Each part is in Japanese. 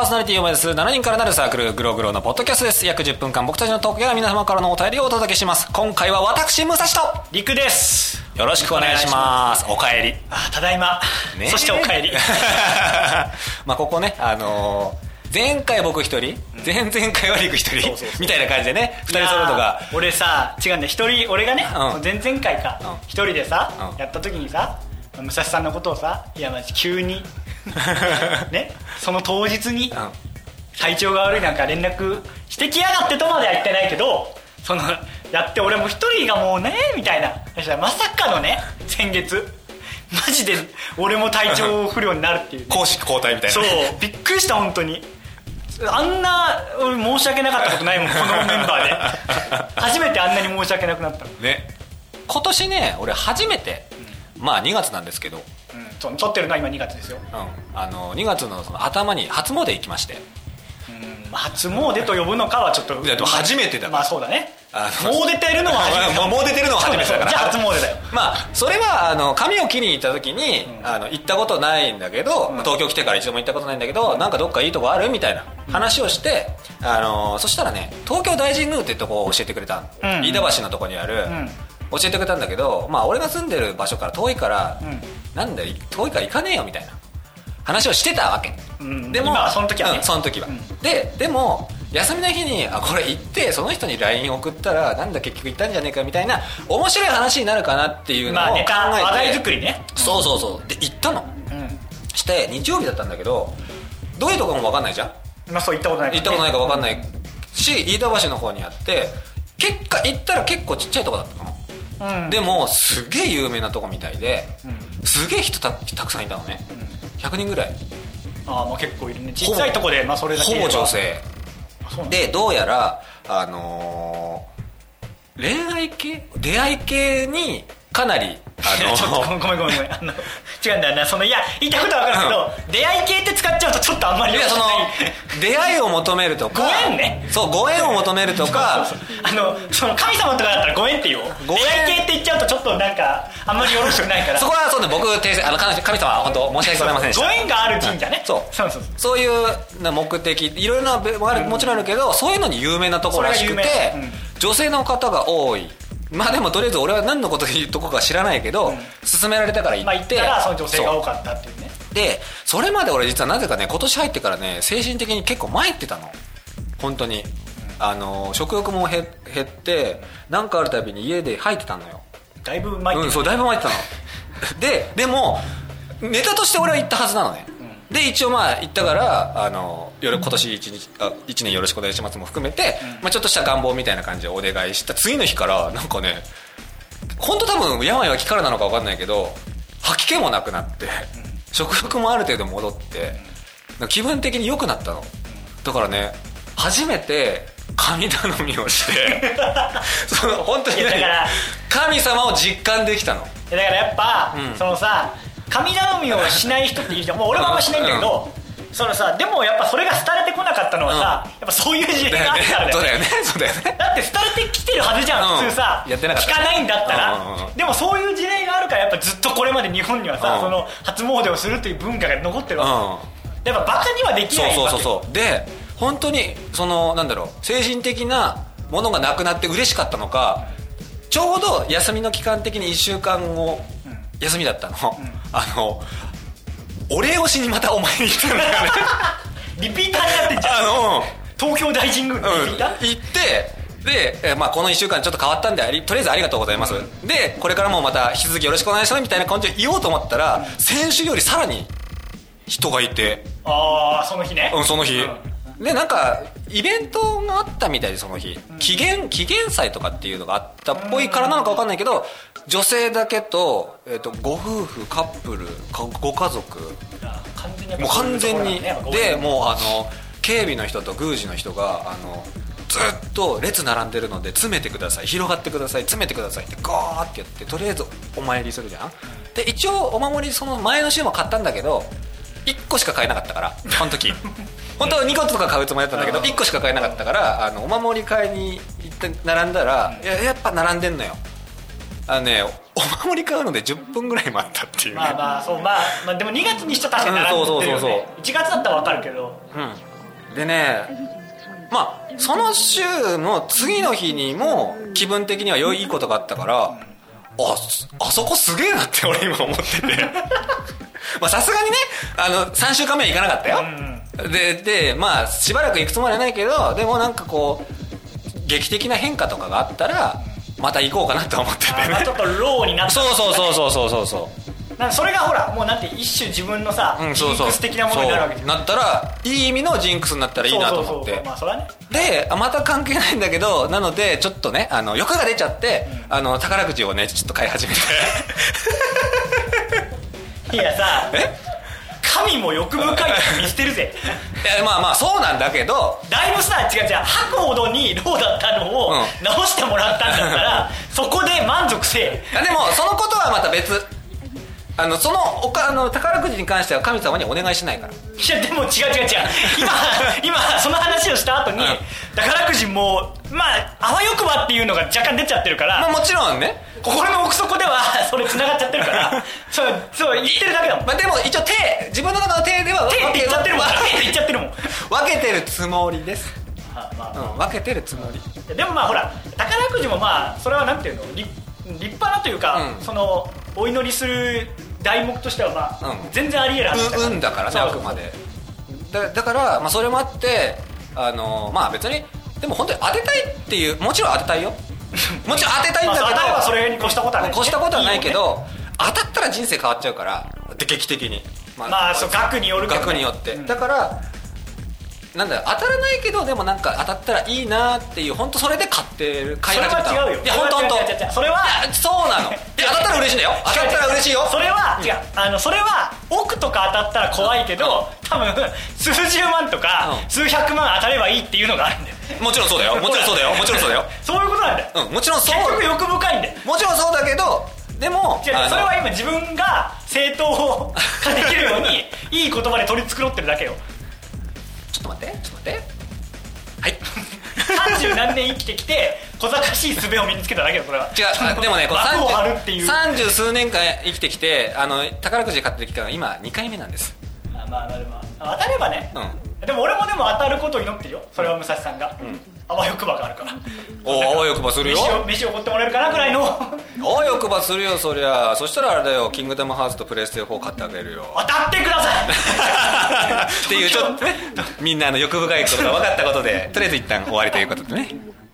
ーソナリティを目指す7人からなるサークルグログロのポッドキャストです。約10分間僕たちのトークや皆様からのお便りをお届けします。今回は私武蔵とリクです。 よろしくお願いします。おかえり。 ただいま、ね、そしておかえりまあここね前回僕一人、前々回はリク一人みたいな感じでね、2人揃うのが俺さ違うんだよ、一人俺がね、前々回か一人でさやった時にさ武蔵さんのことをさ、いやマジ急にね、その当日に体調が悪いなんか連絡してきやがってとまでは言ってないけど、そのやって俺も一人がもうねみたいな、まさかのね先月マジで俺も体調不良になるっていう、ね、 公式交代みたいな。 そうびっくりした本当に。あんな俺申し訳なかったことないもんこのメンバーで初めてあんなに申し訳なくなったね。今年ね俺初めて、まあ2月なんですけど、 撮ってるのは今2月ですよ、 2月のその頭に初詣行きまして、 初詣と呼ぶのかはちょっとでも初めてだから、 まあそうだね、もう出てるのは初めてもう出てるのは初めてだからじゃあ初詣だよ。 まあそれは髪を切りに行った時に、行ったことないんだけど、東京来てから一度も行ったことないんだけど、なんかどっかいいとこあるみたいな話をして、そしたらね東京大神宮っていうとこを教えてくれた、飯田橋のとこにある、教えてくれたんだけど、まあ俺が住んでる場所から遠いから、なんだよ遠いから行かねえよみたいな話をしてたわけ、でもその時はね、 その時は、でも休みの日にこれ行ってその人に LINE 送ったらなんだ結局行ったんじゃねえかみたいな面白い話になるかなっていうのを考えて、 話題作りね、 そうで行ったの、して日曜日だったんだけど、どういうところも分かんないじゃん、 そう行ったことないから、 行ったことないか分かんないし、飯田橋の方にあって結果行ったら結構ちっちゃいとこだったの、でもすげえ有名なとこみたいで、すげえ人 たくさんいたのね、100人ぐらい。 もう結構いるね、小さいとこで、それだけほぼ女性で、どうやら恋愛系出会い系にかなりちょっとごめん違うんだよな、いや言いたいことは分かるけど、出会い系って使っちゃうとちょっとあんまりよくない。 出会いを求めるとかご縁ね、 そうご縁を求めるとかその神様とかだったらご縁って言おう、出会い系って言っちゃうとちょっとなんかあんまりよろしくないからそこはそうね、僕神様は本当申し訳ございませんでした。 ご縁がある神社ね、 そういう目的いろいろなもちろんあるけど、そういうのに有名なところらしくて、女性の方が多い。まあでもとりあえず俺は何のこと言うとこか知らないけど、勧められたから行って、 行ったらその女性が多かったっていうね。 でそれまで俺実はなぜかね今年入ってからね精神的に結構参ってたの本当に、食欲も減ってなんかあるたびに家で吐いてたのよ。 だいぶ参ってた、 そうだいぶ参ってたのでもネタとして俺は行ったはずなのね、で一応行ったから今年1年よろしくお願いしますも含めて、ちょっとした願望みたいな感じでお願いした次の日からなんかね、本当多分病は気からなのか分かんないけど吐き気もなくなって、食欲もある程度戻って、気分的に良くなったの。だからね初めて神頼みをして本当に神様を実感できたの。 だからやっぱ、そのさ神頼みをしない人っているじゃん。もう俺もあんましないんだけど、そのさでもやっぱそれが廃れてこなかったのはさ、やっぱそういう事例があったからだよね。 そうだよね。 だって廃れてきてるはずじゃん、普通さやってなかった聞かないんだったら、でもそういう事例があるからやっぱずっとこれまで日本にはさ、その初詣をするという文化が残ってるわけ、やっぱバカにはできないわけ。 そうで本当にそのなんだろう、精神的なものがなくなって嬉しかったのか、ちょうど休みの期間的に1週間後、休みだったの、お礼をしにまたお参りに行ったんだよねリピーターになってんじゃん東京大神宮のリピーター、 行ってで、この1週間ちょっと変わったんでとりあえずありがとうございます、でこれからもまた引き続きよろしくお願いしますみたいな感じで言おうと思ったら、先週よりさらに人がいて、 その日ね、 その日、でなんかイベントがあったみたいで、その日紀元祭とかっていうのがあったっぽいからなのか分かんないけど、女性だけと、ご夫婦カップルご家族もう完全にで、もう警備の人と宮司の人がずっと列並んでるので詰めてください、広がってください、詰めてくださいってゴーってやって、とりあえずお参りするじゃん。で一応お守りその前の週も買ったんだけど1個しか買えなかったから、この時本当は2個とか買うつもりだったんだけど1個しか買えなかったから、お守り買いに行って並んだら、やっぱ並んでんのよ。お守り買うので10分ぐらい待ったっていうね。 でも2月にしちゃ確かに並んでるよね。1月だったら分かるけど、 でね、まあその週の次の日にも気分的にはいいことがあったから、あそこすげえなって俺今思っててまあさすがにね3週間目は行かなかったよ、でまあしばらく行くつもりはないけど、でもなんかこう劇的な変化とかがあったらまた行こうかなと思っててね。 ちょっとローになった、 そうなんかそれがほらもうなんて一種自分のさ、ジンクス的なものになるわけじゃん。 なったらいい意味のジンクスになったらいいなと思って、 まあそれはね。 でまた関係ないんだけど、なのでちょっとね欲が出ちゃって、宝くじをねちょっと買い始めていやさ、神も欲深いって見捨てるぜいやまあそうなんだけど、 だいぶさ、違う吐くほどにローだったのを直してもらったんだったら、そこで満足せえ。 でもそのことはまた別、その宝くじに関しては神様にお願いしないから。 いやでも違う今その話をした後に、宝くじもまああわよくばっていうのが若干出ちゃってるから、 まあもちろんね心の奥底ではそれ繋がっちゃってるからそう言ってるだけだもん。 まあ、でも一応自分の中の手では手って言っちゃってるもん。手って言っちゃってるもん。 分けてるつもりです。分けてるつもり。 でもまあほら宝くじもまあそれはなんていうの、立派なというか、そのお祈りする題目としてはまあ、全然ありえる話だから、 運だからね、あくまで。だから、まあ、それもあってまあ別にでも本当に当てたいっていう、もちろん当てたいよもちろん当てたいんだけど、 当てたいはそれに越したことはない、 越したことはないけど、当たったら人生変わっちゃうから劇的に、 まあそう額によるけど、ね、 額によって、だからなんだ当たらないけど、でもなんか当たったらいいなっていう、本当それで買い始めた。 それは違うよ。 いや本当それはそうなの。いや当たったら嬉しいんだよ。当たったら嬉しいよ。 それは違う、それは億とか当たったら怖いけど、多分数十万とか、数百万当たればいいっていうのがあるんだよ。 もちろんそうだよ。もちろんそうだよ。もちろんそうだよ。 そういうことなんだよ。 もちろんそう。 結局欲深いんだよ。 もちろんそうだけど、でもそれは今自分が正当化できるようにいい言葉で取り繕ってるだけよ。 ちょっと待ってはい 30何年生きてきて小賢しい術を身につけただけよ、それは。 違う、でもね、 枠を張るっていう、 30数年間生きてきて宝くじ買った時から今2回目なんです。 まあでも当たればね、でも俺も当たることを祈ってるよ。それは武蔵さんが、あわよくばがあるから。 あわよくばするよ。 飯をおごってもらえるかなくらいのあわよくばするよ、そりゃ。そしたらあれだよ、キングダムハーツとプレステ4買ってあげるよ。 当たってくださいっていうちょっとね、みんなの欲深いことが分かったことでとりあえず一旦終わりということでね。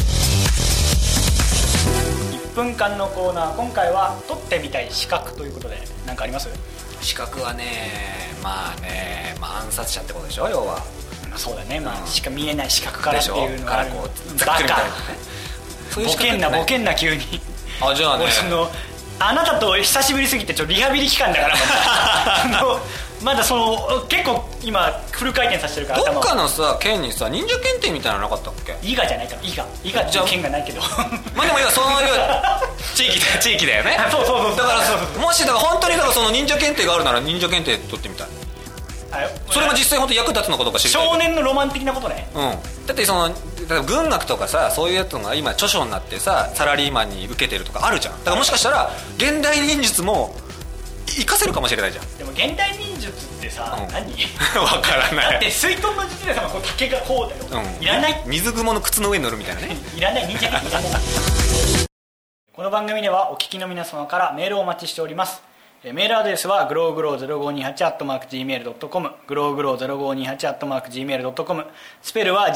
1分間のコーナー、今回は取ってみたい資格ということで、何かあります？ 資格はね、まあ暗殺者ってことでしょ、要は。 そうだね、しか見えない視覚からっていうのがある。 ざっくりみたいなね。 ボケんな急に。 じゃあね、 あなたと久しぶりすぎてちょっとリハビリ期間だからまだ結構今フル回転させてるから。 どっかのさ県にさ忍者検定みたいなのなかったっけ？ 伊賀じゃないか、伊賀っていう県がないけどまあでも今そういう地域だよねそうだからもし本当にその忍者検定があるなら忍者検定取ってみたい。それが実際本当に役立つのかどうか知りたい。 少年のロマン的なことね。 だって例えば軍学とかさ、そういうやつが今著書になってさサラリーマンに受けてるとかあるじゃん。だからもしかしたら現代忍術も活かせるかもしれないじゃん。 でも現代忍術ってさ、何わからない。 だって水遁の術でさ、竹がこうだよ、いらない。 水雲の靴の上に乗るみたいなねいらない。忍者いらないこの番組ではお聞きの皆様からメールをお待ちしております。メールアドレスは growgrow0528@gmail.com growgrow0528@gmail.com スペルは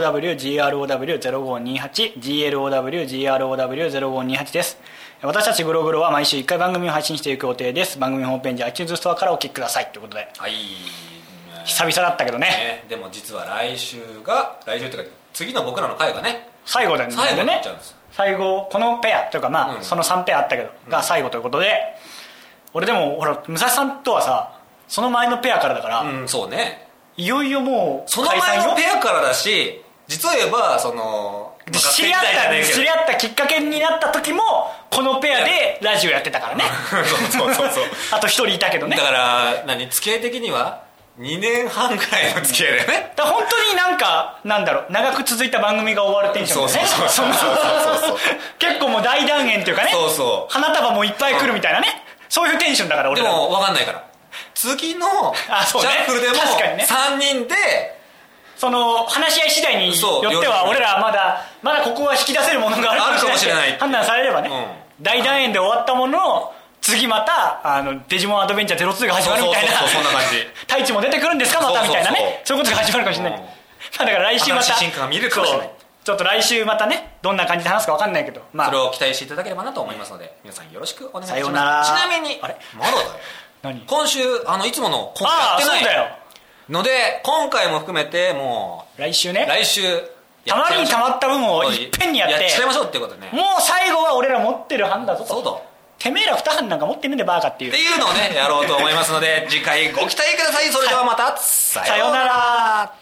glowgrow0528 です。私たちグログロは毎週1回番組を配信していく予定です。番組ホームページ iTunes ストアからお聞きくださいということで、久々だったけどね。 でも実は来週っていうか次の僕らの回がね最後だよね。 最後になっちゃうんです。 最後このペアというかその3ペアあったけどが最後ということで、俺でもほら武蔵さんとはさその前のペアからだから、 そうね、 いよいよもうその前のペアからだし、実を言えば知り合ったきっかけになった時もこのペアでラジオやってたからねそうあと1人いたけどね。 だから付き合い的には2年半くらいの付き合いだよね。 だから本当になんだろう、長く続いた番組が終わるテンションだね。そう結構もう大団円というかね、花束もいっぱい来るみたいなね、そういうテンションだから俺ら。でも分かんないから次のシャッフルでも3人でその話し合い次第によっては俺らまだここは引き出せるものがあるかもしれない判断されればね、大団円で終わったものの次またデジモンアドベンチャー02が始まるみたいな、 そんな感じ、 太一も出てくるんですかまたみたいなね、そういうことが始まるかもしれない、だから来週また新しい進化が見るかもしれない。 ちょっと来週またねどんな感じで話すか分かんないけど、 それを期待していただければなと思いますので、皆さんよろしくお願いします。 さようなら。 ちなみにあれまだだよ何今週いつもの今回やってないそうだよので、今回も含めてもう来週ね、 来週たまにたまった分をいっぺんにやってやっちゃいましょうっていうことでね、 もう最後は俺ら持ってる班だぞと、 そうだてめえら2班なんか持ってねえんでバーカっていうのをねやろうと思いますので次回ご期待ください。それではまたさようなら。